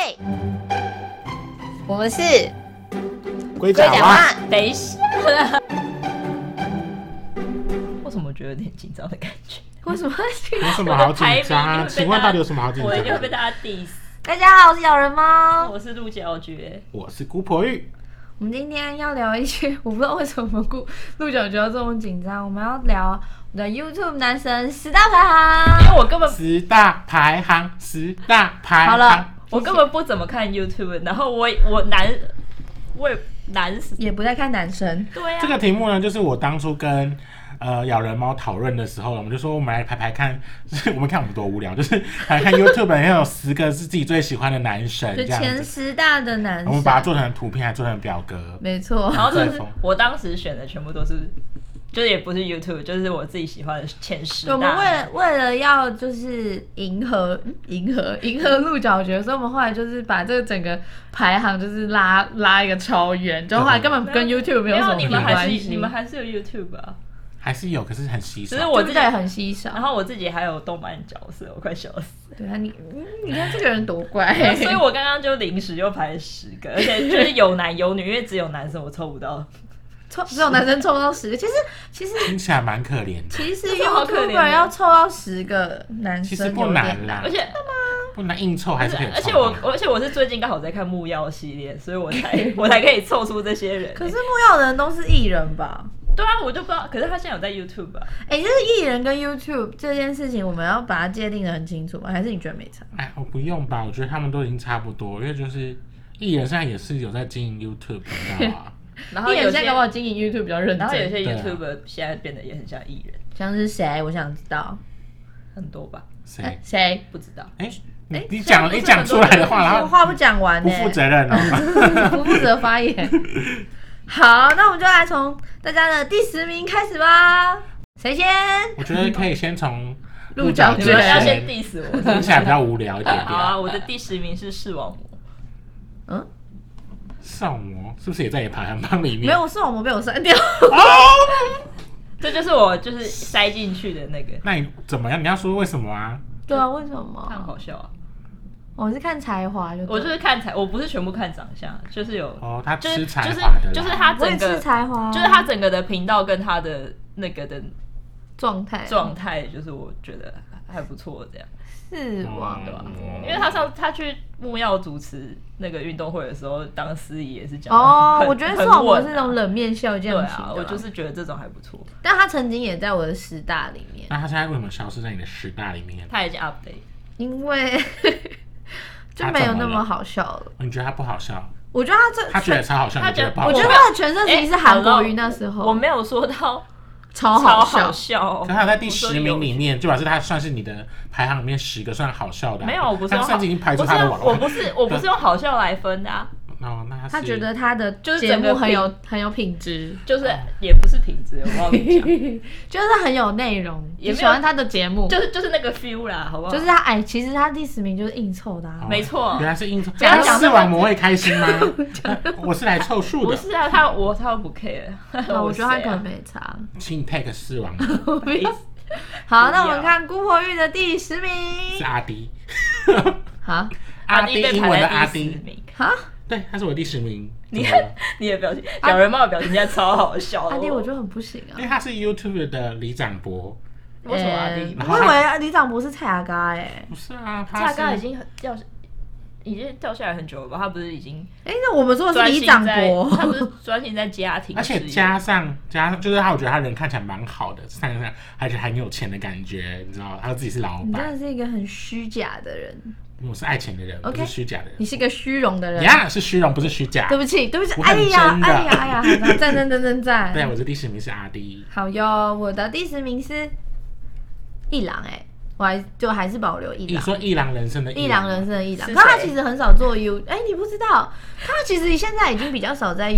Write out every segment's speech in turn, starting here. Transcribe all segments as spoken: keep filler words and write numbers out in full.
嘿，我们是龟甲蛙。 等一下，为什么觉得有点紧张的感觉？ 为什么？ 有什么好紧张啊？请问到底有什么好紧张？ 我一定会被大家 diss。 大家好，我是咬人猫， 我是鹿角蕨， 我是姑婆玉。 我们今天要聊一些，我不知道为什么鹿鹿角蕨要这么紧张。我们要聊我的 YouTube 男神十大排行， 因为我根本十大排行，十大排行。 好了， 我根本不怎么看 YouTube， 然后我我男我也男也不在看男生。 对啊， 这个题目呢，就是我当初跟呃咬人猫讨论的时候，我们就说我们来排排看，我们看我们多无聊，就是排看 YouTube 里面有十个是自己最喜欢的男神， 就这样子前十大的男神， 我们把它做成图片，还做成表格。 没错。 然后就是我当时选的全部都是，就是也不是 YouTube， 就是我自己喜欢的前十大。 我们为了为了要就是迎合迎合迎合鹿角蕨，所以我们后来就是把这个整个排行就是拉拉一个超远，就后来根本跟 YouTube 没有什么你们还关系。 是你们还是有 YouTube 啊？ 还是有，可是很稀少。 只是我自己也很稀少。 然后我自己还有动漫角色，我快笑死。 对啊，你你看这个人多怪、 欸。所以我刚刚就临时又排了十个，而且就是有男有女，因为只有男生我凑不到。 凑只有男生凑不到十个，其实其实听起来蛮可怜的。 其实 YouTuber 要凑到十个男生其实不难啦， 而且不难硬凑还是可以凑。 而且我而且我是最近刚好在看木曜系列，所以我才我才可以凑出这些人、欸。 可是木曜的人都是艺人吧？ 对啊，我就不知道。可是他现在有在 YouTube 吧？ 哎、欸，就是艺人跟 YouTube 这件事情，我们要把它界定得很清楚吗？还是你觉得没差？ 哎，我不用吧，我觉得他们都已经差不多，因为就是艺人现在也是有在经营 YouTube 频道啊。 然后有些现在搞不好经营 YouTube 比较认真， 然后有些 YouTuber 现在变得也很像艺人， 像是谁？我想知道， 很多吧？ 谁？ 谁、欸？ 不知道。 哎、欸，你你讲你讲出来的话，然后话不讲完、欸， 不负责任哦， 不负责发言。好，那我们就来从大家的第十名开始吧。谁先？ 我觉得可以先从鹿角蕨， 要先 diss 我， 听起来比较无聊一点点。 好啊，我的第十名是视网膜。 嗯， 视网膜是不是也在你排行榜里面？ 没有，视网膜被我删掉。 这就是我就是塞进去的那个。 那你怎么样？你要说为什么啊？ 对啊，为什么？ 看好笑啊！ 我是看才华，就我就是看才，我不是全部看长相，就是有哦，他吃才华的， 就是就是他整个才华， 就是他整个的频道跟他的那个的状态状态，就是我觉得还不错，这样是哇， 对吧？因为他上他去木曜主持那个运动会的时候，当司仪也是讲哦，我觉得视网膜是那种冷面笑匠型的， 我就是觉得这种还不错。 但他曾经也在我的十大里面， 那他现在为什么消失在你的十大里面？ 他已经 update， 因为。就没有那么好笑了。 你觉得他不好笑？ 我觉得他这他觉得超好笑，你觉得不好笑？ 我觉得他的全盛期是韩国瑜那时候， 我没有说到超好笑。 可他在第十名里面，就表示他算是你的排行里面十个算好笑的。 没有，我不是， 他甚至已经排出他的网了。 我不是，我不是用好笑来分的啊。 哦，那他他觉得他的节目很有很有品质， 就是也不是品质，我不知道怎么讲， 就是很有内容，也喜欢他的节目， 就是就是那个 feel 啦，好不好？ 就是他哎，其实他第十名就是硬凑的， 没错， 原来是硬凑。这样视网膜会开心吗？我是来凑数的。 不是啊，他我他不 care， 我觉得他可能没差。 请 take 视网膜。 好，那我们看姑婆玉的第十名是阿迪。 好， 阿迪英文的阿迪。 好。 对，他是我第十名。 你看你的表情，小人猫的表情现在超好笑。 阿弟我觉得很不行啊， 因为他是 YouTube 的李长博。 为什么阿弟？ 我以为李长博是蔡阿嘎哎。 不是啊， 蔡阿嘎已经掉，已经掉下来很久了吧？他不是已经？ 哎，那我们说的是李长博， 他不是专心在家庭， 而且加上加上，就是他，我觉得他人看起来蛮好的，三个上而且很有钱的感觉，你知道，他自己是老板。 你真的是一个很虚假的人。 我是爱钱的人， okay, 不是虚假的人。 你是个虚荣的人呀， yeah, 是虚荣，不是虚假。 对不起，对不起，哎呀，哎呀，哎呀，赞赞赞赞赞！ 对，我的第十名是阿弟。 好哟，我的第十名是一郎，哎，我还就还是保留一郎。 你说一郎人生的一郎人生的一郎，可他其实很少做 U， 哎，你不知道，他其实现在已经比较少在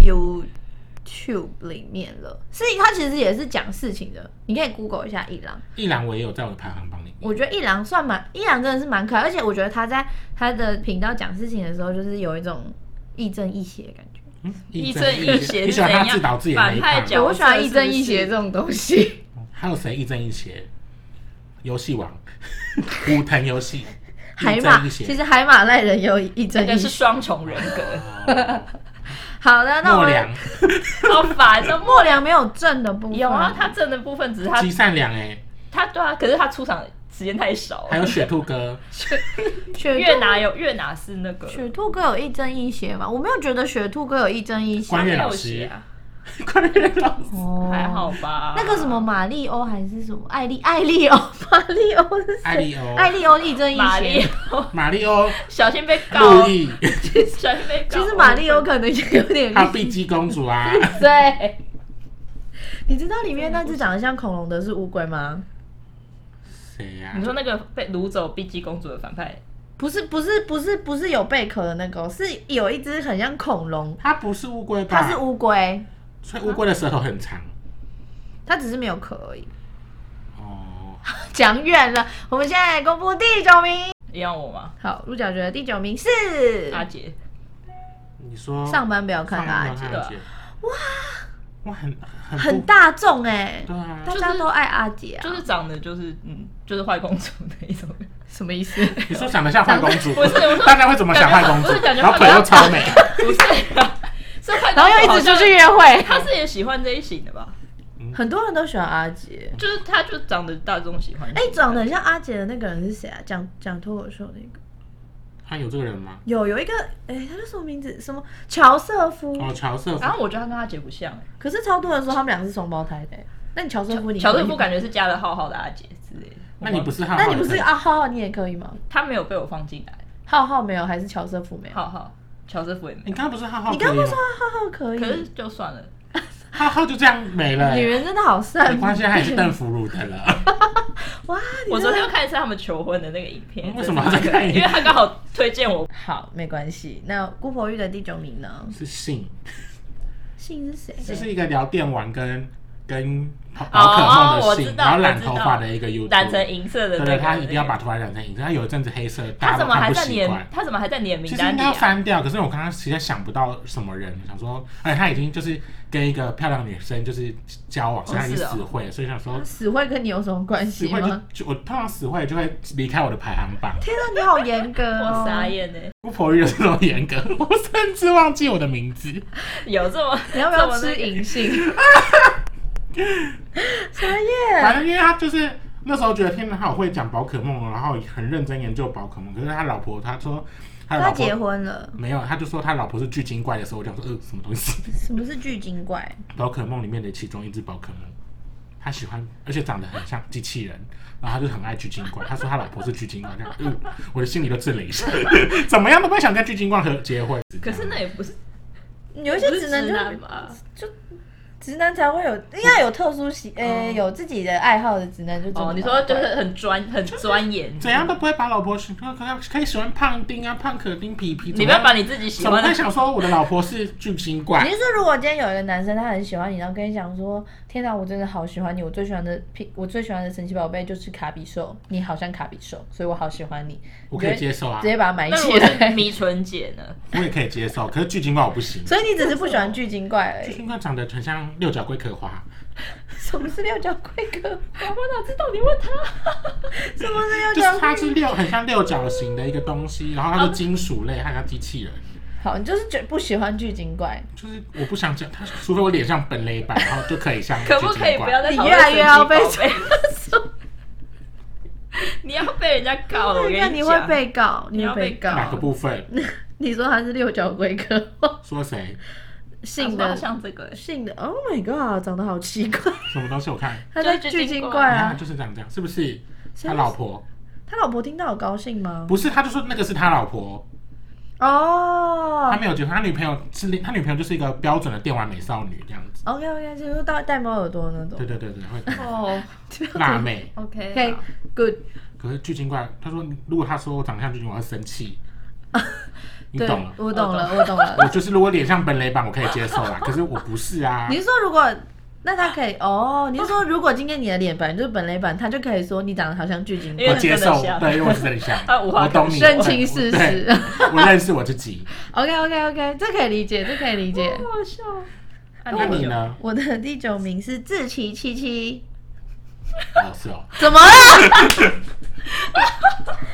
YouTube 里面了。是，他其实也是讲事情的，你可以 Google 一下一郎。 一郎我也有在我的排行榜里面。 我觉得一郎算蛮，一郎真的是蛮可爱，而且我觉得他在他的频道讲事情的时候，就是有一种亦正亦邪的感觉。 嗯， 亦正亦邪， 你喜欢他自导自演那一派？ 对，我喜欢亦正亦邪这种东西。 还有谁亦正亦邪？游戏王，武藤游戏。 海马， 亦正亦邪其实海马赖人也有亦正这个是亦邪。 双重人格， 好的，那我们莫良好烦哦。 莫良没有正的部分， 有啊，他正的部分只是他积善良哎， 他对啊，可是他出场时间太少了。 还有雪兔哥， 雪兔月哪有月哪是那个雪兔哥有亦正亦邪吗？我没有觉得雪兔哥有亦正亦邪。 关没有月老师写啊， 关月老师， 哦还好吧？ 那个什么马里欧还是什么艾丽艾丽欧，马里欧是谁？ 艾利欧艾丽欧亦正亦马里邪。 欧， 马里欧， 小心被告路，易， 小心被告。 其实马里欧可能也有点还有碧姬公主啊， 对。你知道里面那只长得像恐龙的是乌龟吗？ 谁呀？ 你说那个被掳走碧姬公主的反派， 不是不是不是不是有贝壳的那个，是有一只很像恐龙， 它不是乌龟吧？ 它是乌龟， 所以乌龟的舌头很长。 它只是没有壳而已。 哦， 讲远了，我们现在来公布第九名。 一样我吗？ 好，鹿角蕨的第九名是阿杰， 你说上班不要看的阿杰， 上班不要看阿杰，哇哇，很很很不大众哎、 对啊， 大家都爱阿杰啊， 就是长得就是嗯，就是坏公主的一种人。 什么意思？ 你说长得像坏公主， 不是我说大家会怎么想坏公主不是？感觉然后腿又超美， 不是啊，是坏公主然后又一直出去约会， 他是也喜欢这一型的吧？ 很多人都喜欢阿杰。 就是他就长得大众喜欢。 哎、长得很像阿杰的那个人是谁啊？讲讲脱口秀那个。 他有这个人吗？ 有有一个，哎、他叫什么名字？什么乔瑟夫？ 哦，乔瑟夫然后我觉得他跟阿杰不像、欸， 可是超多人说他们俩是双胞胎的、欸。那你乔瑟夫你可以吗， 乔瑟夫感觉是加了浩浩的阿杰之类的。 那你不是浩浩？ 那你不是啊？浩浩你也可以吗？ 他没有被我放进来， 浩浩没有，还是乔瑟夫没有？ 浩浩、乔瑟夫也没有。 你刚刚不是浩浩？ 你刚刚说浩浩可以， 可是就算了， 浩浩就这样没了、 女欸， 人真的好善良。 没关系，他也是邓福如的了。 哇，你我昨天真的又看一次他们求婚的那个影片。 为什么要再看一次因为他刚好推荐我。 好，没关系。那姑婆玉的第九名呢？ 是信， 信是谁？ 这是一个聊电玩跟跟宝哦可梦的信， 我知道然后染头发的一个 YouTube， 染成银色的、那个。 对对，他一定要把头发染成银色。他有一阵子黑色，大他怎么家都看不还在你的习惯。 他怎么还在你的名其实应该要单里啊？ 删掉，可是我刚刚实在想不到什么人，想说，而且他已经就是跟一个漂亮女生就是交往，所以他已经是哦死会了，所以想说死会跟你有什么关死会系吗？ 就就我通常死会就会离开我的排行榜。 天啊，你好严格我哦！ 傻眼呢， 巫婆玉的这种严格，我甚至忘记我的名字。 有这么你要不要吃这么那个银杏？啥耶？ 反正因为他就是那时候觉得天哪，他好会讲宝可梦哦，然后很认真研究宝可梦。可是他老婆他说他的老婆他结婚了？ 没有，他就说他老婆是巨精怪的时候，我就想说呃什么东西？ 什么是巨精怪？ 宝可梦里面的其中一只宝可梦，他喜欢，而且长得很像机器人，然后他就很爱巨精怪。他说他老婆是巨精怪，这样，嗯，我的心里都震了一下，怎么样都不会想跟巨精怪和结婚。 可是那也不是， 有一些直男不是直男就吧？ 就直男才会有，应该有特殊喜，呃，有自己的爱好的直男就真的哦，你蛮怪说就是很专很钻研， 怎样都不会把老婆喜欢，可可以喜欢胖丁啊、胖可丁、皮皮。 你不要把你自己喜怎么欢的会想说我的老婆是巨精怪你？是说，如果今天有一个男生他很喜欢你，然后跟你讲说：“天哪，我真的好喜欢你，我最喜欢的皮，我最喜欢的神奇宝贝就是卡比兽，你好像卡比兽，所以我好喜欢你。” 我可以接受啊直，接把它埋那如果起来是。迷纯姐呢？ 我也可以接受。可是巨精怪我不行。 所以你只是不喜欢巨精怪而已。 巨精怪长得很像六角龟壳花， 什么是六角龟壳？ 我哪知道？你问他。 什么是六就是角龟？ 它是六很像六角形的一个东西，然后它是金属类，它像机器人。 好，你就是觉不喜欢巨精怪。 就是我不想讲它，除非我脸像本垒板，然后就可以像巨可精怪。 不可以不要再讨论你越来越要被神奇宝贝你要被人家告了，我跟那讲， 你会被告， 你要被会被告。 哪个部分？ 你说他是六角龟壳， 说谁？ 性的他说他像这个， 性的。Oh my god，长得好奇怪。 什么东西？我看， 他在巨精怪你看啊。 就是长这样，是不是？他老婆他老婆听到有高兴吗？ 不是，他就说那个是他老婆， 哦他没有结婚，他女朋友是他女朋友就是一个标准的电玩美少女这样子。 ，OK OK，就是戴戴猫耳朵那种。 对对对对，会哦辣妹。 ，OK， OK good。 可是巨精怪，他说如果他说我长得像巨精怪，我会生气。你对懂了？ 我懂了，我懂了。 我就是如果脸像本垒板，我可以接受啦。可是我不是啊你。是说如果那他可以哦？你是说如果今天你的脸本来就是本垒板，他就可以说你长得好像巨精怪因为我接受真的，像对，因为我是真的像， 他无话可我懂你， 认清事对实。 我认识我自己。 OK OK OK，这可以理解，这可以理解。 好笑。 那你呢？ 我的第九名是志崎七七， 哦，是哦。 怎么了？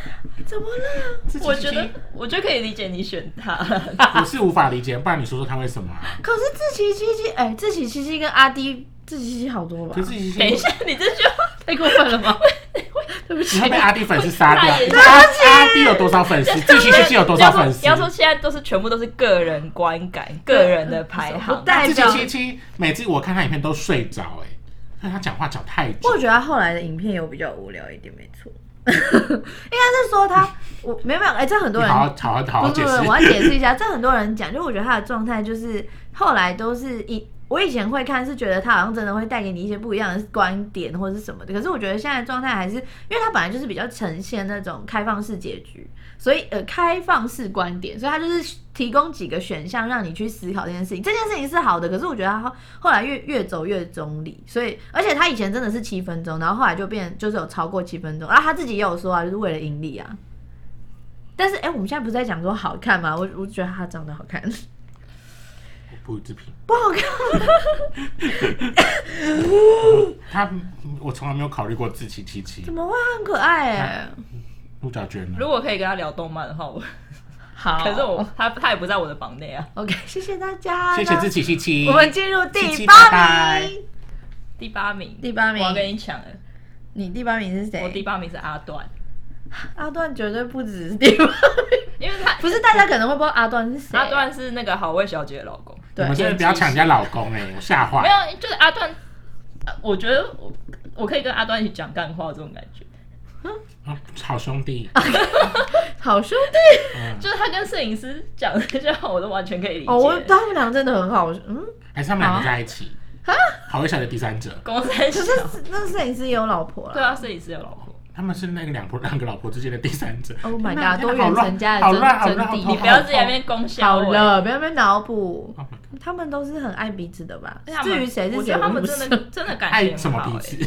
怎么了？ 志祺七七我觉得我觉得可以理解你选他， 我是无法理解，不然你说说他为什么啊？ 可是志祺七七，哎，志祺七七跟阿弟，志祺七七好多吧？ 可是志祺七七， 等一下，你这句话太过分了吗？对不起你会被阿弟粉丝杀掉。 对不阿阿弟有多少粉丝？志祺七七有多少粉丝？ 你要说现在都是全部都是个人观感、个人的排行， 志代表祺七七每次我看他影片都睡着，哎，因为他讲话讲太久。 我觉得他后来的影片有比较无聊一点，没错。应该是说他，我没有没有，哎、欸，这很多人好好好好好好解释。 不是不是，我要解释一下，这很多人讲，就我觉得他的状态就是后来都是一，我以前会看是觉得他好像真的会带给你一些不一样的观点或者是什么的，可是我觉得现在的状态还是，因为他本来就是比较呈现那种开放式结局，所以呃开放式观点，所以他就是提供几个选项让你去思考这件事情。这件事情是好的，可是我觉得他后后来越越走越中立，所以而且他以前真的是七分钟，然后后来就变就是有超过七分钟，然后他自己也有说啊，就是为了盈利啊。但是哎、欸，我们现在不是在讲说好看吗？我我觉得他长得好看。 我不予置评。 不好看。 他我从来没有考虑过志祺七七。 怎么会？他很可爱哎、欸。 鹿角蕨呢？ 如果可以跟他聊动漫的话，我好。 可是我他他也不在我的榜内啊。 OK， 谢谢大家。 谢谢志祺七七。 我们进入第七七八名。 拜拜第八名， 第八名， 我要跟你抢了。 你第八名是谁？ 我第八名是阿段。 阿段绝对不只是第八名， 因为他不是大家可能会不知道阿段是谁。 阿段是那个好味小姐的老公。 对， 你们真的不要抢人家老公哎、欸，我吓坏。 没有，就是阿段，我觉得我我可以跟阿段一起讲干话这种感觉。 嗯，好兄弟， 好兄弟， 嗯、 就是他跟摄影师讲这些话，我都完全可以理解。 哦，我他们俩真的很好，嗯， 还是他们两个在一起？好味小姐第三者， 公三小， 可是那摄影师也有老婆了。 对啊，摄影师有老婆。 他们是那个两婆两个老婆之间的第三者。 Oh my god， 多元成家的真真谛。 你不要自己在那边攻消。 好了，不要在那边脑补。 Oh 他们都是很爱彼此的吧？ 至于谁是谁， 我觉得他们真的真的感情爱什么彼此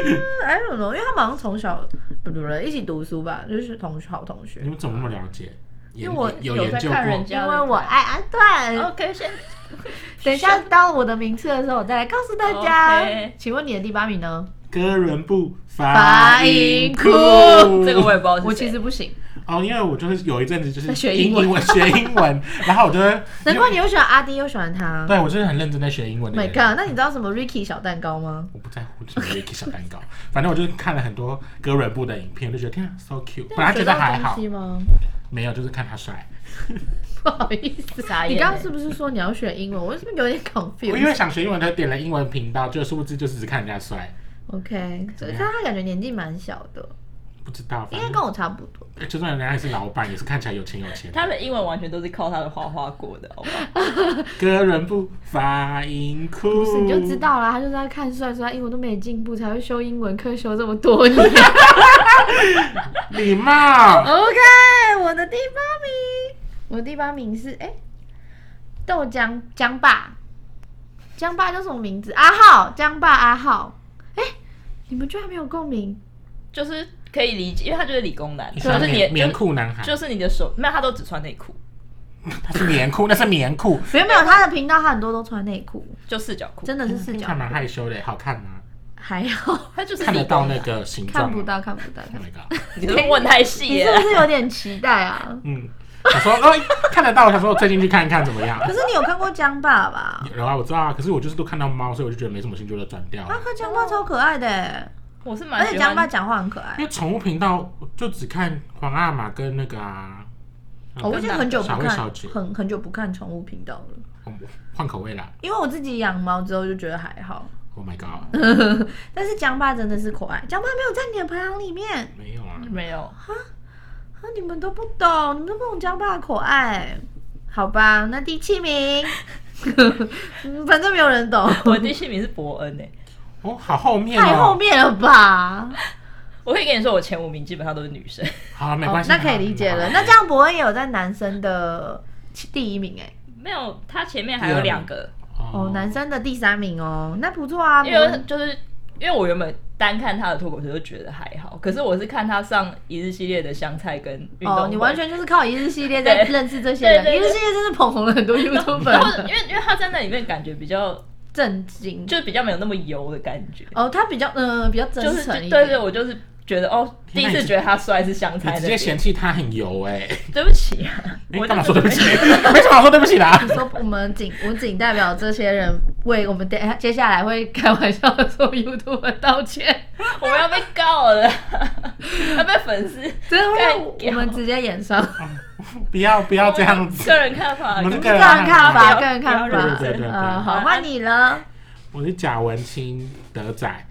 ？I don't know， 因为他们好像从小不不一起读书吧，就是同好同学。 你们怎么那么了解？ 因为我有研究过， 因为我爱阿段。 OK， 先等一下到我的名次的时候，我再来告诉大家。 Okay. 请问你的第八名呢？ 哥伦布发音库， 这个我也不知道是谁。 我其实不行哦，因为我就是有一阵子就是学英文， 学英文，然后我就难怪你又喜欢阿弟，又喜欢他。 对，我就是很认真在学英文的人。 My God， 那你知道什么 Ricky 小蛋糕吗？ 我不在乎什么 Ricky 小蛋糕，反正我就看了很多哥伦布的影片，就觉得天啊 so cute， 本来觉得还好，没有，就是看他帅。 不好意思，你刚刚是不是说你要学英文？我是不是有点 confused？ 我因为想学英文，他点了英文频道，就殊不知就是只看人家帅。 OK， 所以他感觉年纪蛮小的， 不知道， 应该跟我差不多。 就算人家也是老板，也是看起来有钱有钱。 他的英文完全都是靠他的画画过的，好不好？ 哥伦布发音库， 不是你就知道啦，他就是在看帅，所以他英文都没进步，才会修英文课修这么多年。 礼貌。 OK， 我的第八名，我的第八名是哎、欸，豆浆江爸。江爸叫什么名字？阿浩，江爸阿浩。哎、欸，你们居然没有共鸣？ 就是可以理解，因为他就是理工男， 就是你棉裤男孩， 就是你的手，没有，他都只穿内裤。 他是棉裤，那是棉裤。 没有没有，他的频道他很多都穿内裤， 就四角裤， 真的是四角裤。 还蛮害羞的，好看吗？ 还好， 他就是看得到那个形状， 看不到，看不到。 Oh my god！ 你是问太细了， 你是不是有点期待啊？ 嗯。我说哦，看得到，我想说我最近去看一看怎么样。 可是你有看过江爸吧？ 有啊，我知道啊。可是我就是都看到猫，所以我就觉得没什么兴趣，就转掉了。 啊，可江爸超可爱的， 我是蛮喜欢。 而且江爸讲话很可爱。 因为宠物频道就只看黄阿玛跟那个啊。 哦、我已经很久不看， 小很很久不看宠物频道了。 换口味啦。 因为我自己养猫之后就觉得还好。 Oh my god！ 但是江爸真的是可爱，江爸没有在你的排行里面。 没有啊， 没有。 啊、你们都不懂，你们都不懂江爸可爱，好吧？那第七名，反正没有人懂。 我第七名是伯恩诶、 欸，哦，好后面哦， 太后面了吧？ 我可以跟你说，我前五名基本上都是女生。 好，没关系、 哦，那可以理解了。那这样伯恩也有在男生的第一名哎、欸， 没有，他前面还有两个哦，男生的第三名哦，那不错啊。 因为就是因为我原本单看他的脱口秀就觉得还好，可是我是看他上一日系列的香菜跟运动会， 哦，你完全就是靠一日系列在认识这些人。一日系列真是捧红了很多 YouTuber， 因为因为他在那里面感觉比较正经， 就比较没有那么油的感觉。 哦，他比较嗯、呃、比较真诚一点。 就是、对对，我就是觉得哦，第一次觉得他帅是香菜的， 你直接嫌弃他很油哎、欸！ 对不起啊， 你干嘛说对不起？没什么好说对不起的、啊。 说我们仅我们仅代表这些人为我们接接下来会开玩笑的说 YouTube 道歉， 我们要被告了，要被粉丝真的干会掉我们直接演上。 不要不要这样子， 个人看法， 我们是个人看法，个人看法。 对对对对呃，好，换你了。 我是贾文清德仔，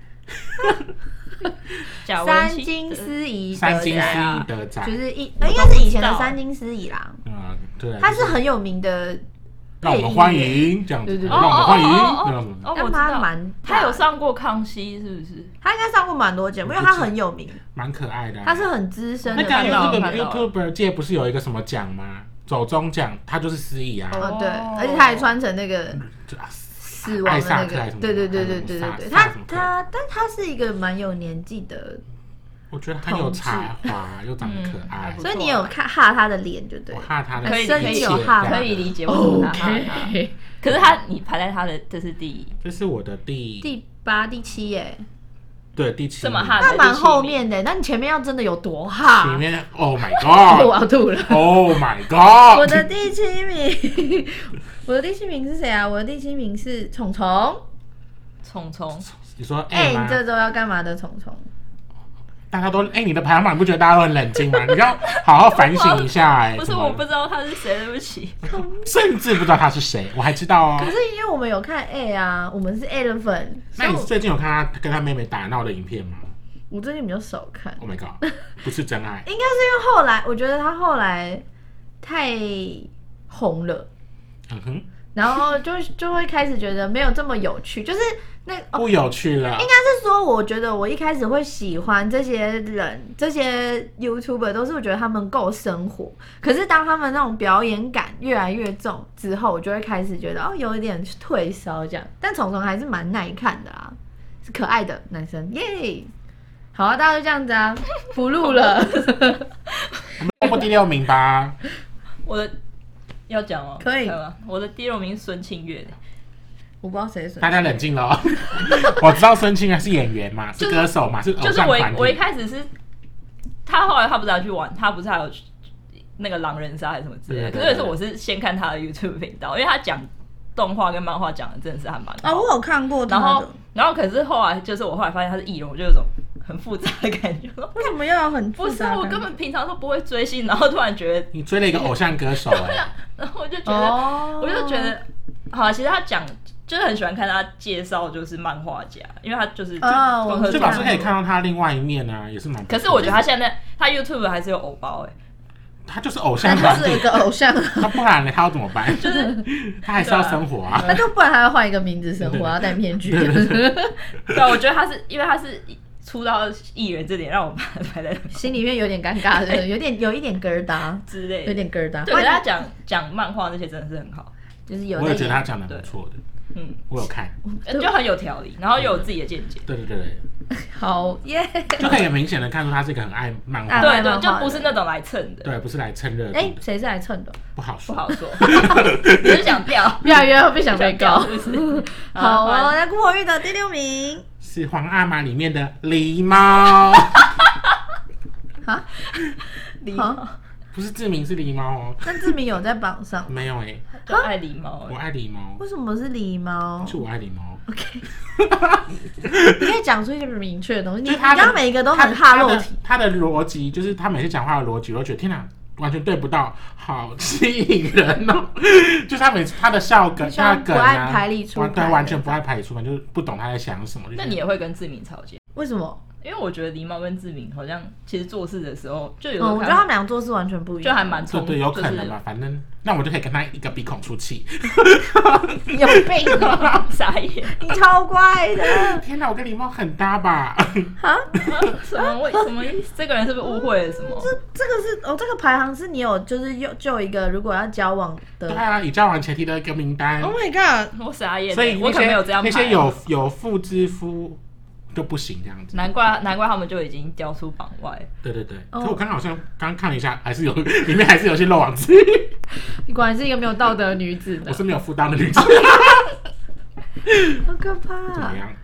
三金司仪， 三金司仪德仔， 就是一应该是以前的三金司仪啦。 嗯，对， 他是很有名的。 让我们欢迎这样子， 对对对， 让我们欢迎。 哦，我知道， 蛮他有上过康熙，是不是？ 他应该上过蛮多节目，因为他很有名， 蛮可爱的。 他是很资深的。 那个 YouTuber 界不是有一个什么奖吗？走中奖，他就是司仪啊。 哦，对，而且他还穿成那个死亡的那个，对对对对对对对，他他，但他是一个蛮有年纪的。 我觉得他有才华，又长得可爱， 所以你有看哈他的脸，就对。 我哈他的可以可以有哈， 可以理解为什么他哈他。可是他，你排在他的这是第一， 这是我的第第八、第七耶。 对，第七。 这么哈， 那蛮后面的，那你前面要真的有多哈？ 前面 ，Oh my God！ 我要吐了 ！Oh my God！ 我的第七名，我的第七名是谁啊？我的第七名是虫虫。 虫虫， 你说哎，你这周要干嘛的虫虫？ 大家都哎、欸，你的排行榜你不觉得大家都很冷静吗？你要好好反省一下哎、欸。 不是我不知道他是谁，对不起。 甚至不知道他是谁，我还知道哦。 可是因为我们有看 A 啊，我们是 A 的粉。 那你最近有看他跟他妹妹打闹的影片吗？ 我最近比较少看。 Oh my god， 不是真爱。 应该是因为后来，我觉得他后来太红了。 嗯哼。 然后就就会开始觉得没有这么有趣，就是那、哦、 不有趣了。 应该是说，我觉得我一开始会喜欢这些人，这些 YouTuber 都是我觉得他们够生活。可是当他们那种表演感越来越重之后，我就会开始觉得哦，有一点退烧这样。但虫虫还是蛮耐看的啊，是可爱的男生，耶！好啊，大家就这样子啊，不录了。 我们公布第六名吧。 我的。要讲哦， 可以吗？我的第六名是孙庆月， 我不知道谁是。 大家冷静了，我知道孙庆月是演员嘛，是歌手嘛，是偶像团体。 就是我我一开始是，他后来他不是要去玩，他不是还有那个狼人杀还是什么之类的。可是我是先看他的 YouTube 频道，因为他讲动画跟漫画讲的真的是还蛮好。 啊，我有看过他的。 然后然后可是后来就是我后来发现他是艺人，我就有种很复杂的感觉。 为什么要很复杂？ 不是，我根本平常都不会追星，然后突然觉得你追了一个偶像歌手哎、欸， 然后我就觉得，哦、我就觉得，好，其实他讲就是很喜欢看他介绍，就是漫画家，因为他就是哦， 就表示可以看到他另外一面啊，也是蛮。 可是我觉得他现在他 YouTube 还是有偶包哎、欸。 他就是偶像， 他就是一个偶像。 那不然呢？他要怎么办？就是他还是要生活啊。 那就不然他要换一个名字生活，要戴面具。 对，我觉得他是因为他是出道艺人这点让我把他排在心里面有点尴尬的，有点有一点疙瘩之类的， 有点疙瘩。 对，他讲讲漫画那些真的是很好， 就是有。 我也觉得他讲的不错的。嗯，我有看， 就很有条理，然后又有自己的见解。 对对对对， 好耶！ 就可以很明显的看出他是一个很爱漫画， 对对，就不是那种来蹭的， 对，不是来蹭热度。 哎，谁是来蹭的？ 不好说， 不好说。只是想掉， 越来越不想被告， 是不是？ 好哦，那顾火玉的第六名是皇阿玛里面的狸猫。 啊， 狸猫。 不是志明是狸猫哦， 但志明有在榜上， 没有哎、欸， 就爱狸猫， 我爱狸猫， 为什么是狸猫？ 是我爱狸猫。 OK， 你可以讲出一个明确的东西。你刚刚每一个都很哈肉体， 他的逻辑就是他每次讲话的逻辑，我都觉得天哪，完全对不到，好吸引人哦。就是他每次他的笑梗、他的梗啊， 不爱排理出牌， 对，完全不爱排理出牌，就是不懂他在想什么。 那你也会跟志明吵架？ 为什么？ 因为我觉得狸猫跟志明好像其实做事的时候就有、 嗯，我觉得他们俩做事完全不一样， 就还蛮冲， 对对，有可能吧。反正那我就可以跟他一个鼻孔出气。 有病哦！ 傻眼， 你超怪的。 天哪，我跟狸猫很搭吧？ 啊？ 什么？为什么意思？这个人是不是误会了什么？ 这这个是哦，这个排行是你有就是就就一个如果要交往的， 对啊，以交往前提的一个名单。 Oh my god！ 我傻眼， 所以我可能没有这样排。 那些有有妇之夫。就不行这样子， 难怪难怪他们就已经交出榜外。 对对对，可是我刚刚好像刚看了一下，还是有里面还是有些漏网之鱼。 你果然是一个没有道德的女子呢。 我是没有负担的女子。 好可怕、啊。 怎么样？ 好，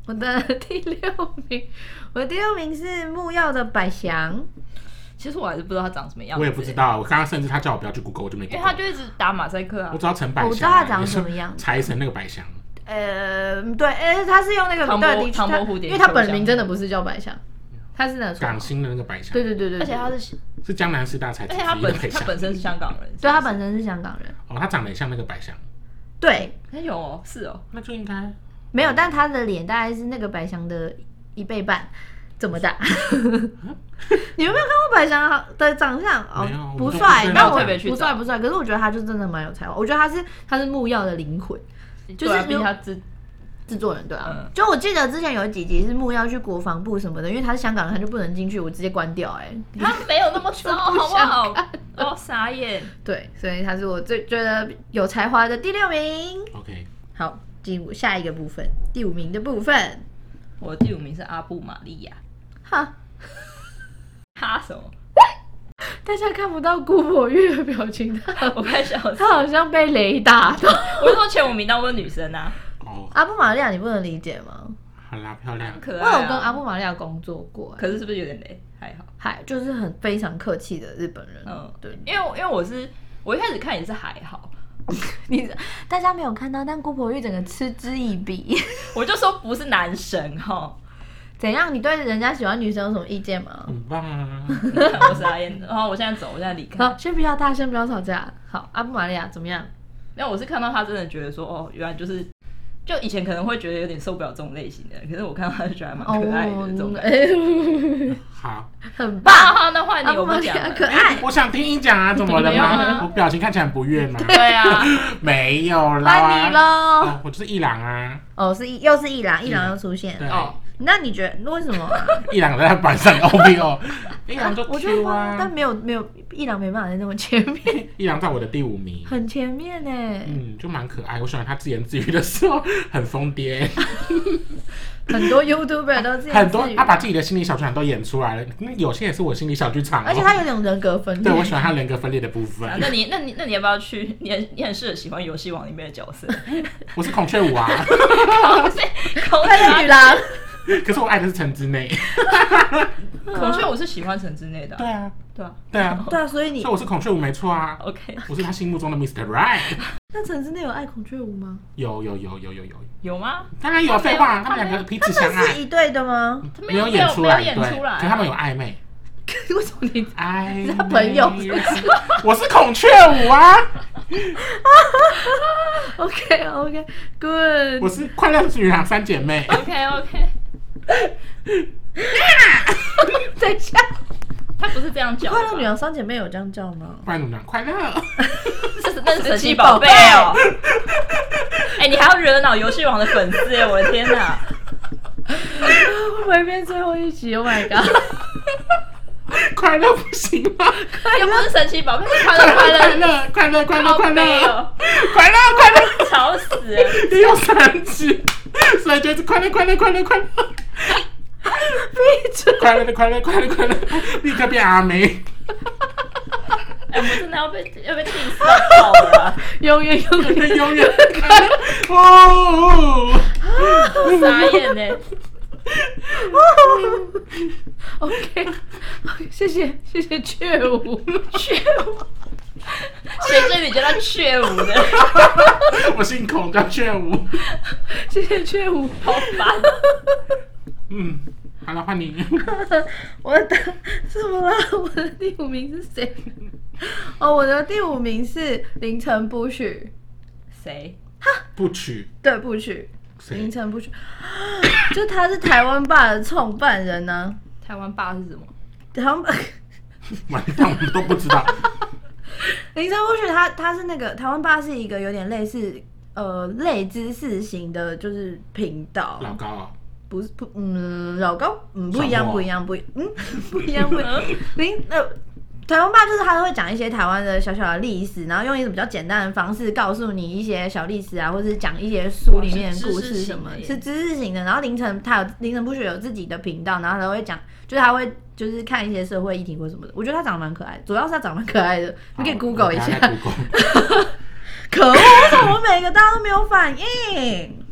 我的第六名，我的第六名是木曜的百祥。 其实我还是不知道他长什么样子， 我也不知道。我刚刚甚至他叫我不要去 Google， 我就没 Google， 因为他就一直打马赛克啊。 我知道陈百祥， 我知道他长什么样子， 财神那个百祥。 呃，对，呃，他是用那个唐伯唐伯蝴蝶， 因为他本名真的不是叫百祥，他是那个港星的那个百祥。 对对对对， 而且他是是江南师大才子之一的百祥， 而且他本他本身是香港人， 对他本身是香港人。 哦，他长得像那个百祥。 对， 他有哦，是哦， 那就应该没有，但他的脸大概是那个百祥的一倍半。这么大，你有没有看过百祥的长相？哦，不帅，但我不帅不帅。可是我觉得他就真的蛮有才华。我觉得他是他是木曜的灵魂，就是比他制制作人对啊。嗯、就我记得之前有几集是木曜去国防部什么的，因为他是香港人，他就不能进去，我直接关掉、欸。哎， 他没有那么糟，好不好？哦，傻眼。 对，所以他是我最觉得有才华的第六名。 OK， 好，进入下一个部分，第五名的部分。 我第五名是阿布玛利亚。 哈， 哈什么？ 大家看不到姑婆玉的表情， 我快笑死， 他好像被雷打到。 我是说前五名当过女生啊。 哦， 阿布玛利亚你不能理解吗？ 好啦，漂亮， 可爱、啊。 我有跟阿布玛利亚工作过、 欸，可是是不是有点雷？还好， 还就是很非常客气的日本人。 嗯， 对， 因为因为我是我一开始看也是还好。 你大家没有看到，但姑婆玉整个嗤之以鼻。 我就说不是男神哈。 怎样？你对人家喜欢女生有什么意见吗？ 很棒啊！ 我是阿燕，然后我现在走，我现在离开。 好，先不要大声，不要吵架。好，阿布玛利亚怎么样？ 那我是看到他真的觉得说，哦，原来就是，就以前可能会觉得有点受不了这种类型的，可是我看到他就觉得还蛮可爱的、哦、这种感觉。 好， 很棒。 好, 好，那换你，我不讲了。 可爱， 我想听你讲啊，怎么了吗？我表情看起来很不悦吗？ 对啊， 没有啦。 换你喽、 哦。我就是一郎啊。 哦，是又是一郎，一郎又出现。 哦。 那你觉得为什么？ 一郎在板上 O B O， 一郎就 Q 啊， 但没有没有一郎没办法在那么前面。 一郎在我的第五名， 很前面呢。 嗯，就蛮可爱。我喜欢他自言自语的时候很疯癫。 很多 YouTuber 都自言自语， 很多他把自己的心理小剧场都演出来了。有些也是我心理小剧场、哦， 而且他有点人格分裂。 对，我喜欢他人格分裂的部分。 啊、那你那你那你要不要去？你很你很适合喜欢游戏王里面的角色。 我是孔雀舞啊。 孔雀女郎。 可是我爱的是陈之内。 孔雀舞是喜欢陈之内的、啊。 对啊， 对啊， 对啊，对啊，所以你， 所以我是孔雀舞没错啊。 OK， 我是他心目中的 Mister Right。 那陈之内有爱孔雀舞吗？ 有有有有有有有吗？ 当然有，废话，他们两个彼此相爱。 他们是一对的吗？ 没有演出来， 没有演出来， 可他们有暧昧。 为什么你暧昧？ 是他朋友？ 我是孔雀舞啊。 OK OK Good。 我是快乐女郎三姐妹。 OK OK。 等一下， 他不是这样叫。 快乐女郎三姐妹有这样叫吗？ 快乐女郎快乐。 这是那是神奇宝贝哦。哎、欸，你还要惹恼游戏王的粉丝哎！我的天哪！ 会不会变最后一集 ？Oh my god！ 快乐不行吗？ 又不是神奇宝贝，是快乐快乐快乐快乐快乐快乐快乐快乐，吵死了！ 也有三只，所以就是快乐快乐快乐快乐。 闭嘴！ 快乐的快乐快乐快乐，立刻变阿梅。 哎、欸，我们真的要被要被 diss 到爆了！ 永远永远永远哦！ 傻眼呢。 OK， 谢谢谢谢雀舞雀舞，谁这里叫他雀舞的？ 我姓孔叫雀舞， 谢谢雀舞， 好烦。 嗯，好了，换你。 我的怎么了？我的第五名是谁？哦，我的第五名是凌晨不许。 谁？ 不许？ 对，不许。凌晨不许，就他是台湾霸的创办人呢、啊。 台湾霸是什么？ 台湾霸， 完蛋，我们都不知道。 凌晨不许，他他是那个台湾霸是一个有点类似呃类知识型的，就是频道。 老高啊、哦？ 不是不嗯老高嗯不一样不一样不一嗯不一样不一样。凌呃。台湾霸就是他会讲一些台湾的小小的历史，然后用一种比较简单的方式告诉你一些小历史啊，或是讲一些书里面的故事什么，是知識型的。然后凌晨他有凌晨不许有自己的频道，然后他会讲，就是他会就是看一些社会议题或什么的。我觉得他长得蛮可爱的，主要是他长得蛮可爱的，你可以 Google 一下。可恶，为什么我每个大家都没有反应？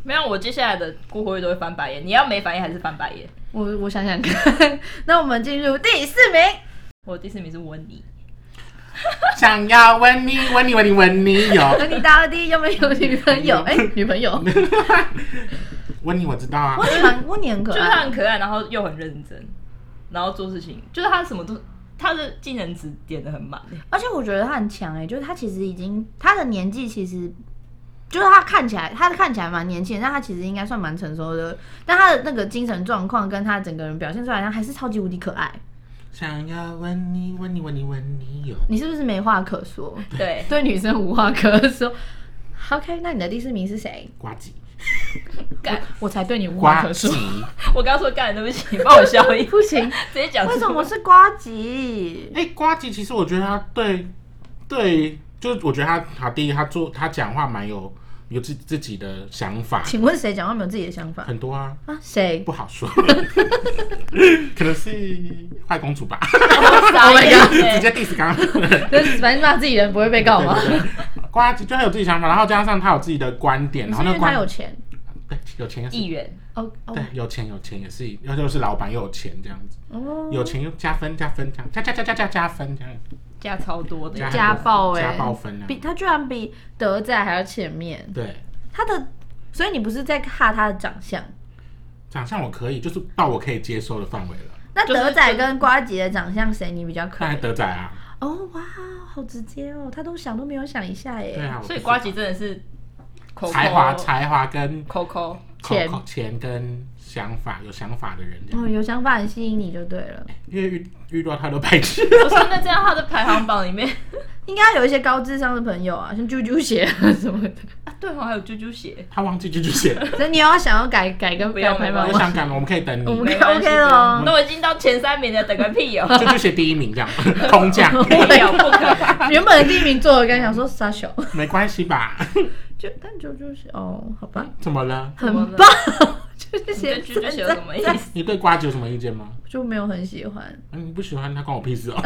没有，我接下来的顾会都会翻白眼。你要没反应还是翻白眼？ 我我想想看，那我们进入第四名。 我第四名是温妮。 想要问你，问你，问你，问你有？ 问你到底有没有女朋友？哎、欸，女朋友。 温妮我知道啊。 温妮蛮温妮很可爱， 就是他很可爱，然后又很认真，然后做事情，就是他什么都。他的技能值点得很满， 而且我觉得他很强哎、欸，就是他其实已经他的年纪其实就是他看起来他看起来蛮年轻，但他其实应该算蛮成熟的，但他的那个精神状况跟他整个人表现出来，他还是超级无敌可爱。 想要问你，问你，问你，问你有？ 你是不是没话可说？ 对， 对女生无话可说。OK， 那你的第四名是谁？ 呱吉。 我, 我才对你无话可说。 我刚刚说干，对不起，帮我消音。 不行， 直接讲。 为什么是呱吉？ 哎、欸，呱吉其实我觉得他对对，就是我觉得他好，第一他做他讲话蛮有有自自己的想法。 请问谁讲话没有自己的想法？ 很多啊。 啊，谁？ 不好说。可能是坏公主吧。 Oh my god！ 直接 diss 刚刚。 反正骂自己人不会被告吗？ 呱吉就他有自己想法，然后加上他有自己的观点，然后那个观他有钱。 对，有钱也是议员哦， 对，有钱有钱也是，又又是老板又有钱这样子， 哦， 有钱又加分加分这样，加加加加加加分这样， 加超多的， 加爆哎、 欸，加爆分啊！ 比他居然比德仔还要前面， 对， 他的，所以你不是在看他的长相， 长相我可以，就是到我可以接受的范围了。 那德仔跟呱吉的长相谁你比较可以？ 当然德仔啊！ 哦哇，好直接哦，他都想都没有想一下耶。 对啊， 所以呱吉真的是才华才华跟 Coco 钱钱跟想法有想法的人， 哦，有想法很吸引你就对了。 因为遇遇到他都排斥。 不是，那这样他的排行榜里面应该有一些高智商的朋友啊，像啾啾鞋什么的。 啊，对哦，还有啾啾鞋， 他忘记啾啾鞋。 所以你要想要改改个不要改排行榜， 我想改，我们可以等你。 我们 OK 了， 那我已经到前三名了，等个屁哦！ 啾啾鞋第一名这样，空降。 没有，不可能。 原本的第一名做，我刚想说傻小， 没关系吧？ 就但啾啾鞋哦，好吧， 怎么了？ 很棒。啾啾鞋， 啾啾鞋有什么意思？ 你对呱吉有什么意见吗？ 就没有很喜欢。 嗯，你不喜欢他关我屁事哦。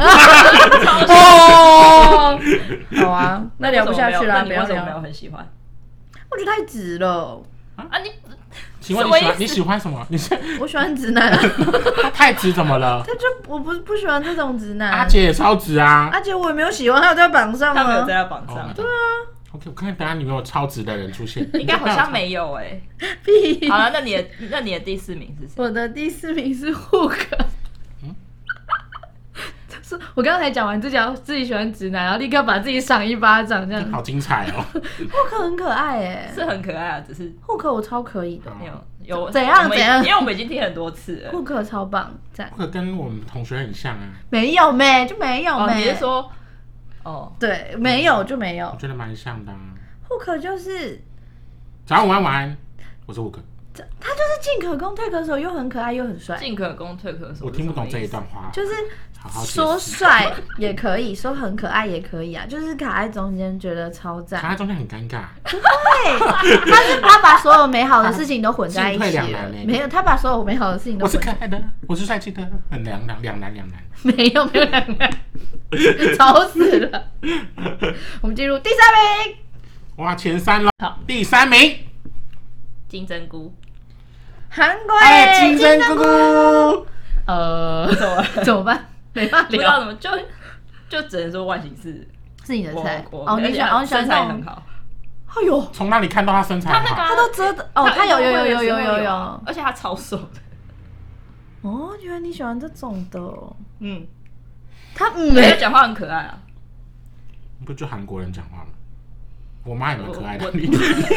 哦，好啊，那聊不下去了， 不要聊。没有很喜欢， 我觉得太直了。 啊你， 请问你喜欢你喜欢什么？你是我喜欢直男啊。 他太直怎么了？ 他就我不不喜欢这种直男。 阿姐也超直啊。 阿姐我也没有喜欢，他有在榜上吗？ 他没有在他榜上。 对啊。 OK， 我看看等下你有超直的人出现。 应该好像没有哎。 屁。 好了，那你的那你的第四名是谁？ 我的第四名是 Hook。嗯。就是我刚才讲完自己自己喜欢直男，然后立刻把自己赏一巴掌，这样。 好精彩哦。 Hook 很可爱哎， 是很可爱啊，只是 Hook 我超可以的。 有有怎样怎样？ 因为我们已经听很多次了。 Hook 超棒，赞。 Hook 跟我们同学很像啊。 没有没就没有没。 你是说？哦， 对，没有就没有。 我觉得蛮像的、啊。 Hook 就是早安晚安晚安，我是 Hook。 他就是进可攻退可守，又很可爱又很帅。 进可攻退可守， 我听不懂这一段话。 就是说帅也可以，说很可爱也可以啊，就是卡在中间，觉得超赞。 卡在中间很尴尬。 不会，他是他把所有美好的事情都混在一起了。没有，他把所有美好的事情都混。 我是可爱的，我是帅气的，很两两两难两难。 没有没有两难，吵死了。我们进入第三名。 哇，前三了。 好， 第三名， 金针菇。 韩国哎，金针菇。 呃，怎么怎么办？没办法聊， 不知道怎么就就只能说外形是是你的菜哦， 你喜欢，你喜欢身材很好。 哎呦， 从哪里看到他身材好？ 他那个他都遮的哦，他有有有有有有有， 而且他超瘦的。 哦，原来你喜欢这种的。 嗯， 他嗯， 而且讲话很可爱啊。 不就韩国人讲话吗？我妈也蛮可爱的。 你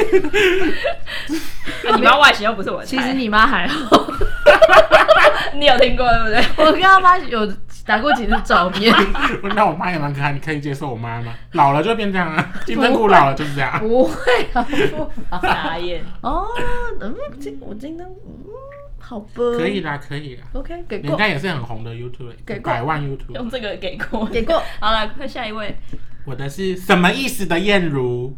你妈外形又不是我的菜。 其实你妈还好。 你有听过对不对？ 我跟他妈有打过几次照面。 那我妈也蛮可爱，你可以接受我妈吗？老了就会变这样啊，金针菇老了就是这样。 不会啊， 傻眼。 哦，嗯，金我金针，嗯，好吧。 可以啦，可以啦。 OK， 给过。 人家也是很红的 YouTube， 给过百万 YouTube。 用这个给过， 给过。 好了，快下一位。 我的是什么意思的燕如？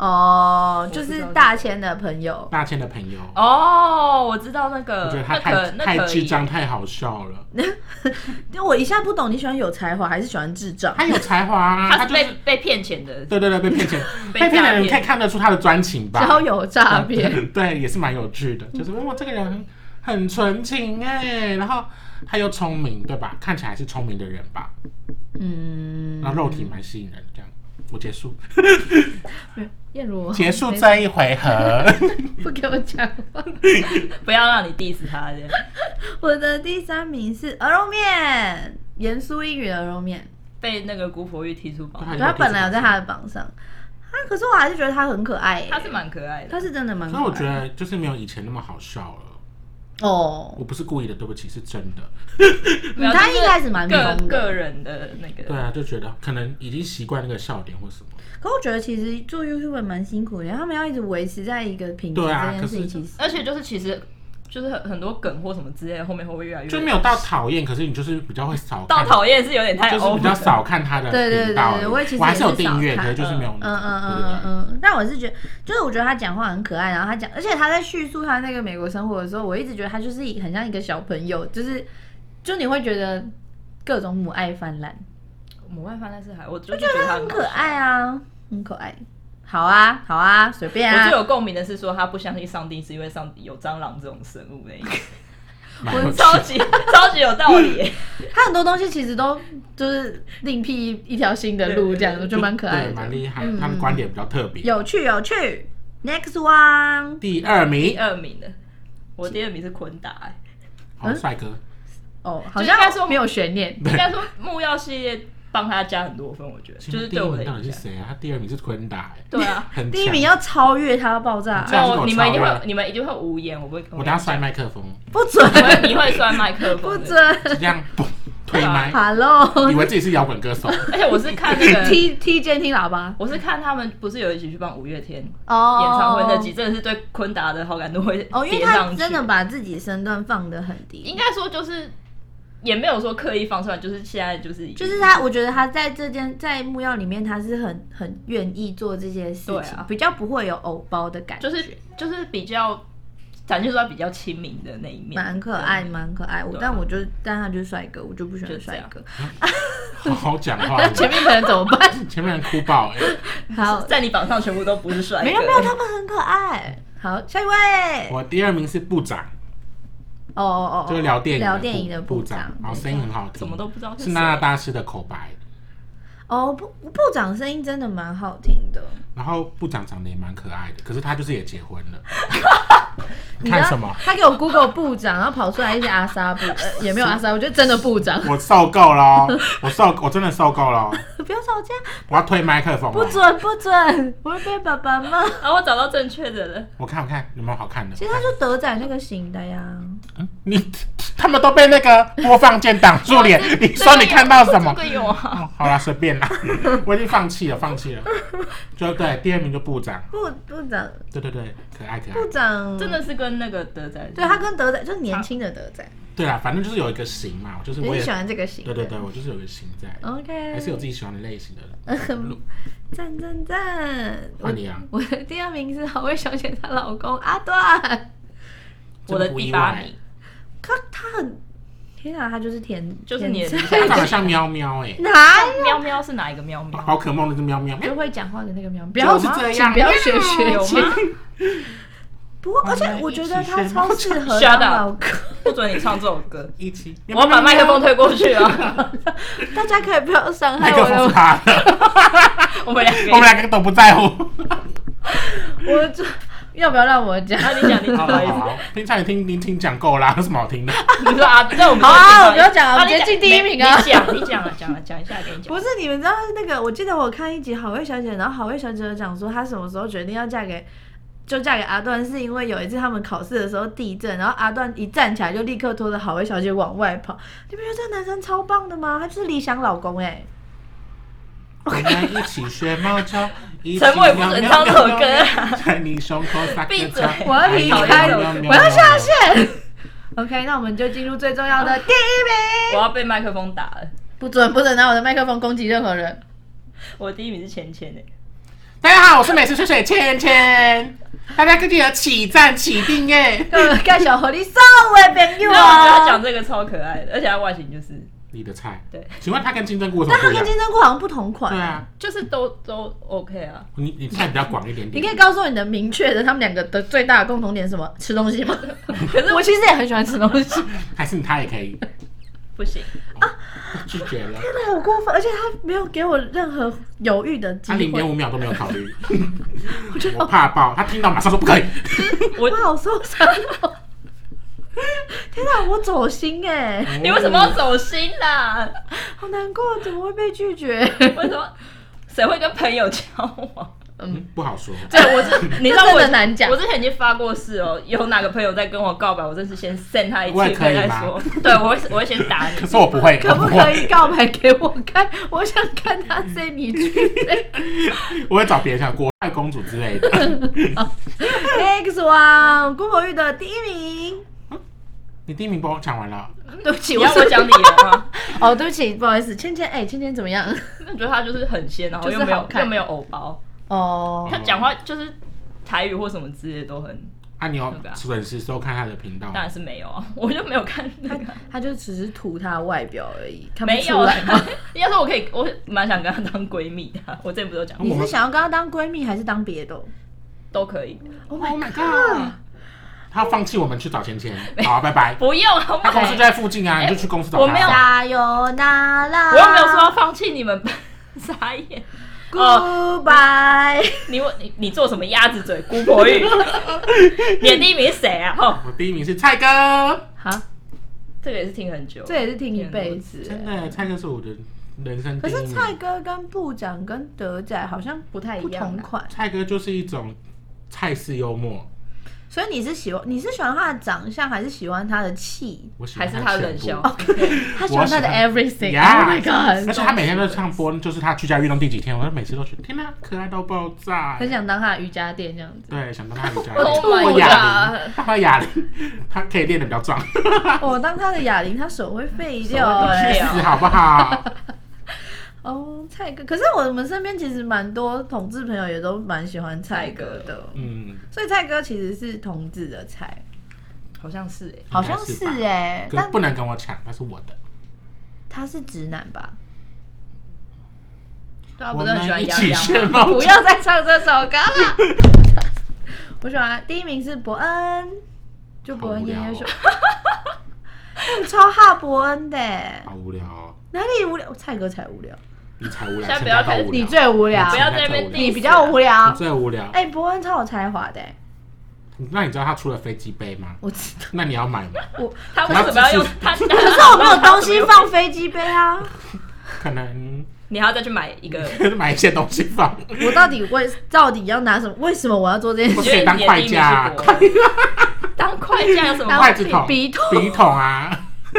哦，就是大千的朋友， 大千的朋友。 哦，我知道那个， 我觉得他太太智障，太好笑了。 我一下不懂，你喜欢有才华还是喜欢智障？ 他有才华啊， 他是被被骗钱的。 对对对，被骗钱，被骗的人可以看得出他的专情吧？ 交友诈骗， 对，也是蛮有趣的。就是哇，这个人很纯情哎，然后他又聪明，对吧？看起来是聪明的人吧？嗯，然后肉体蛮吸引人的，这样。我结束。 燕如结束这一回合。 不给我讲话， 不要让你 diss 他的。 我的第三名是鹅肉面，严肃英语的鹅肉面， 被那个姑婆玉踢出榜。 他本来有在他的榜上，他可是我还是觉得他很可爱耶， 他是蛮可爱的， 他是真的蛮可爱的。 所以我觉得就是没有以前那么好笑了。 哦， 我不是故意的，对不起，是真的。 他一开始蛮疯的， 个人的那个。 对啊，就觉得可能已经习惯那个笑点或什么。 可我觉得其实做 YouTube 蛮辛苦的，他们要一直维持在一个品质这件事情，其实、 啊、而且就是其实就是很很多梗或什么之类的，后面会不会越来越就没有到讨厌，可是你就是比较会少看。 到讨厌是有点太， 就是比较少看他的频道。 对对对，我也其实我还是有订阅，可是就是没有。 嗯嗯嗯嗯嗯。但我是觉得，就是我觉得他讲话很可爱，然后他讲，而且他在叙述他那个美国生活的时候，我一直觉得他就是很像一个小朋友，就是就你会觉得各种母爱泛滥。 母爱泛滥是还我就觉得他很可爱啊，很可爱。好啊，好啊，随便啊。 我最有共鸣的是说他不相信上帝是因为上帝有蟑螂这种生物那一个，我超级超级有道理。 他很多东西其实都就是另辟一条新的路，这样我觉得蛮可爱的， 蛮厉害。他的观点比较特别， 有趣有趣。Next one， 第二名， 第二名的，我第二名是昆达，哎， 好帅哥。 哦，好像应该说没有悬念， 应该说木曜系列。帮他加很多分，我觉得就是对我的影响。 第一名到底是谁啊？他第二名是昆达，哎， 对啊， 第一名要超越他要爆炸。 哦，你们一定会，你们一定会无言，我不会。 我等下摔麦克风， 不准， 你会摔麦克风， 不准， 这样嘣推麦。 Hello， 以为自己是摇滚歌手， 而且我是看那个踢踢监听喇叭， 我是看他们不是有一起去帮五月天演唱会那集，真的是对昆达的好感度会哦，因为他真的把自己身段放得很低， 应该说就是。也没有说刻意放出来，就是现在就是就是他，我觉得他在这件在木曜里面，他是很很愿意做这些事情，啊、比较不会有偶包的感觉， 就是就是比较展现出他比较亲民的那一面， 蛮可爱，蛮可爱。我、啊、但我就但他就是帅哥，我就不喜欢帅哥。 好好讲话， 那前面的人怎么办？ 前面人哭爆哎、 欸。好，在你榜上全部都不是帅哥， 没有没有，他们很可爱。好，下一位， 我第二名是部长。 哦哦哦， 就是聊电影聊电影的部长， 然后声音很好听， 什么都不知道是娜娜大师的口白。 哦，部部长声音真的蛮好听的。 然后部长长得也蛮可爱的，可是他就是也结婚了。你看什么？他给我 Google 部长，然后跑出来一些阿萨布，呃，也没有阿萨布，我觉得真的部长。 我受够了，我受，我真的受够了。 不要吵架！ 我要推麦克风。 不准不准，我会被爸爸骂。 啊，我找到正确的了。 我看我看有没有好看的？ 其实他就德仔那个型的呀。 嗯，你他们都被那个播放键挡住脸，你说你看到什么？ 这个有啊。 哦、好啦，随便啦，我已经放弃了，放弃了。就对，第二名就部长。 部部长。 对对对，可爱可爱。 部长真的是跟那个德仔， 对他跟德仔就是年轻的德仔。 对啦，反正就是有一个型嘛，就是我也喜欢这个型。 对对对，我就是有个型在。 OK。 还是有自己喜欢的类型的。 赞赞赞！ 换你啊！ 我的第二名是好味小姐她老公阿段。 我的第八名。 他他很。天啊，他就是甜， 就是你的理想，他长得像喵喵哎、欸， 哪喵喵是哪一个喵喵？ 宝可梦那个喵喵， 就会讲话的那个喵，不要是这样， 不要学学姐。不过，而且我觉得他超适合当老公。 不准你唱这首歌， 一起， 我要把麦克风推过去啊！ 大家可以不要伤害我。麦克风是他的， 我们两个， 我们两个都不在乎。 我这。要不要让我讲？ 啊，你讲，你讲。 好好好，平常你听你听讲够啦，有什么好听的？ 你说啊，在我们好啊，我不要讲了，我直接进第一名啊！ 你讲，你讲了，讲了，讲一下，给你讲。 不是你们知道那个？我记得我看一集好味小姐，然后好味小姐有讲说她什么时候决定要嫁给，就嫁给阿段，是因为有一次他们考试的时候地震，然后阿段一站起来就立刻拖着好味小姐往外跑。你不觉得这个男生超棒的吗？他就是理想老公哎、欸。 我们一起学猫叫，一起陈伟不准唱这首歌啊！ 在你胸口撒个娇， 我要离开，我要下线。OK， 那我们就进入最重要的第一名。 我要被麦克风打了， 不准不准拿我的麦克风攻击任何人。 我的第一名是芊芊诶， 大家好，我是美食水水芊芊，大家记得起赞起订阅。 介绍给你所有的朋友我觉得他啊！ 讲这个超可爱的，而且他外形就是你的菜。 对， 请问它跟金针菇有什么但它不一样？ 跟金针菇好像不同款。 对啊， 就是都都 OK 啊。 你你菜比较广一点点。 你可以告诉我你的明确的，他们两个的最大的共同点是什么？吃东西吗？ 可是我其实也很喜欢吃东西。 还是他也可以不行， 拒绝了， 真的好过分，而且他没有给我任何犹豫的机他零点会。 五秒都没有考虑。我怕爆，他听到马上说不可以。 我我好受伤哦！天哪，我走心哎， 你为什么要走心啦？ 好难过，怎么会被拒绝？ 为什么？谁会跟朋友交往？ 嗯，不好说。 对，我是你知道这我真的难讲我之前已经发过誓哦，有哪个朋友在跟我告白，我真是先 send 他一我也次可以吗再说。对，我会我会先打你可。是我不会， 可不我会？ 可以告白给我看？我想看他 say 你去。 我会找别人像国外公主之类的。 X 王郭宝玉的第一名。 你第一名帮我讲完了， 对不起， 你要是我讲理由吗？ 哦，对不起，不好意思，芊芊，哎，芊芊怎么样？ 我觉得他就是很仙，然后就是又没有好看又没有偶包， 哦， 他讲话就是台语或什么之类的都很， 啊，你有那个啊准时收看他的频道当？然是没有啊，我就没有看那个。 他就只是图他的外表而已，看不没有出来吗？ 应该说我可以，我蛮想跟她当闺蜜的。我之前不是有讲过， 你是想要跟他当闺蜜，还是当别的都可以。 ？Oh Oh my my god！ god！他要放弃我们去找芊芊，好、啊，拜拜。 不用，好不好他公司就在附近啊，你就去公司找他。 我没有加油那拉！ 我又没有说要放弃你们，傻眼。哦， Goodbye。 你问你你做什么鸭子嘴？姑婆玉，你的第一名是谁啊？哦， 我第一名是蔡哥， 好， 这个也是听很久， 这也是听一辈子。 真的，蔡哥是我的人生第可一名。 是蔡哥跟部长跟德仔好像不太一不样啊同款， 蔡哥就是一种蔡式幽默， 所以你是喜欢你是喜欢他的长相，还是喜欢他的气？ 我喜欢还是他的冷笑。 他喜欢他的 everything。Oh 呀 my god！ 而且他每天都唱播，就是他居家运动第几天，我每次都觉得天哪，可爱到爆炸。 很想当他的瑜伽垫这样子。 对，想当他瑜伽 Oh 或 my 哑 god 铃，当他哑铃，他可以练得比较壮， 我、哦、当他的哑铃，他手会废掉手会哎、 掉死好不好？ 哦，蔡哥，可是我们身边其实蛮多同志朋友也都蛮喜欢蔡哥的， 嗯， 所以蔡哥其实是同志的菜， 好像是哎， 好像是应该哎、但吧可不能跟我抢，那是我的。 他是直男吧？ 对啊，不是很喜欢我们一杨洋起炫吗？ 耀不要再唱这首歌了。我喜欢第一名是伯恩，就伯恩演演秀，我超哈伯恩的、 好无聊哦， 哪里无聊？蔡哥才无聊， 你才无聊， 现在不要开始全家都无聊你最无聊， 不要在那边你你比较无聊你。最无聊。 哎、伯恩超有才华的、欸， 那你知道他出了飞机杯吗？ 我知道。 那你要买吗？ 我他为什么要用他？ 可是我没有东西放飞机杯啊！ 可能你还要再去买一个， 买一些东西放， 我到底为到底要拿什么？为什么我要做这件事？ 或是可以当筷架啊， 因为你的第一名是伯恩当筷架有什么当好？ 筷子筒、 笔筒笔筒啊，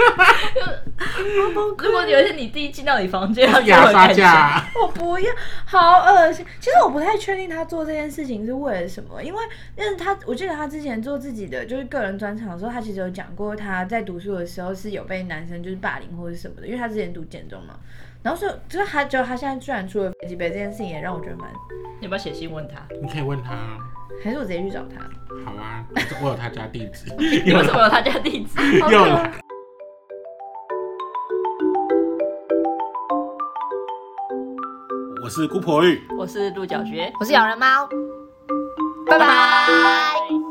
如果有一天你弟进到你房间，他牙刷架啊。 我不要，好恶心。其实我不太确定他做这件事情是为了什么，因为因为他，我记得他之前做自己的就是个人专场的时候，他其实有讲过他在读书的时候是有被男生就是霸凌或者什么的，因为他之前读建中嘛。然后所以就是他，就他现在居然出了飞机杯这件事情，也让我觉得蛮， 你要不要写信问他？ 你可以问他， 还是我直接去找他。 好啊，我有他家地址。 你为什么有他家地址？ 好又可爱来。我是姑婆玉。 我是鹿角蕨。 我是咬人猫，拜拜。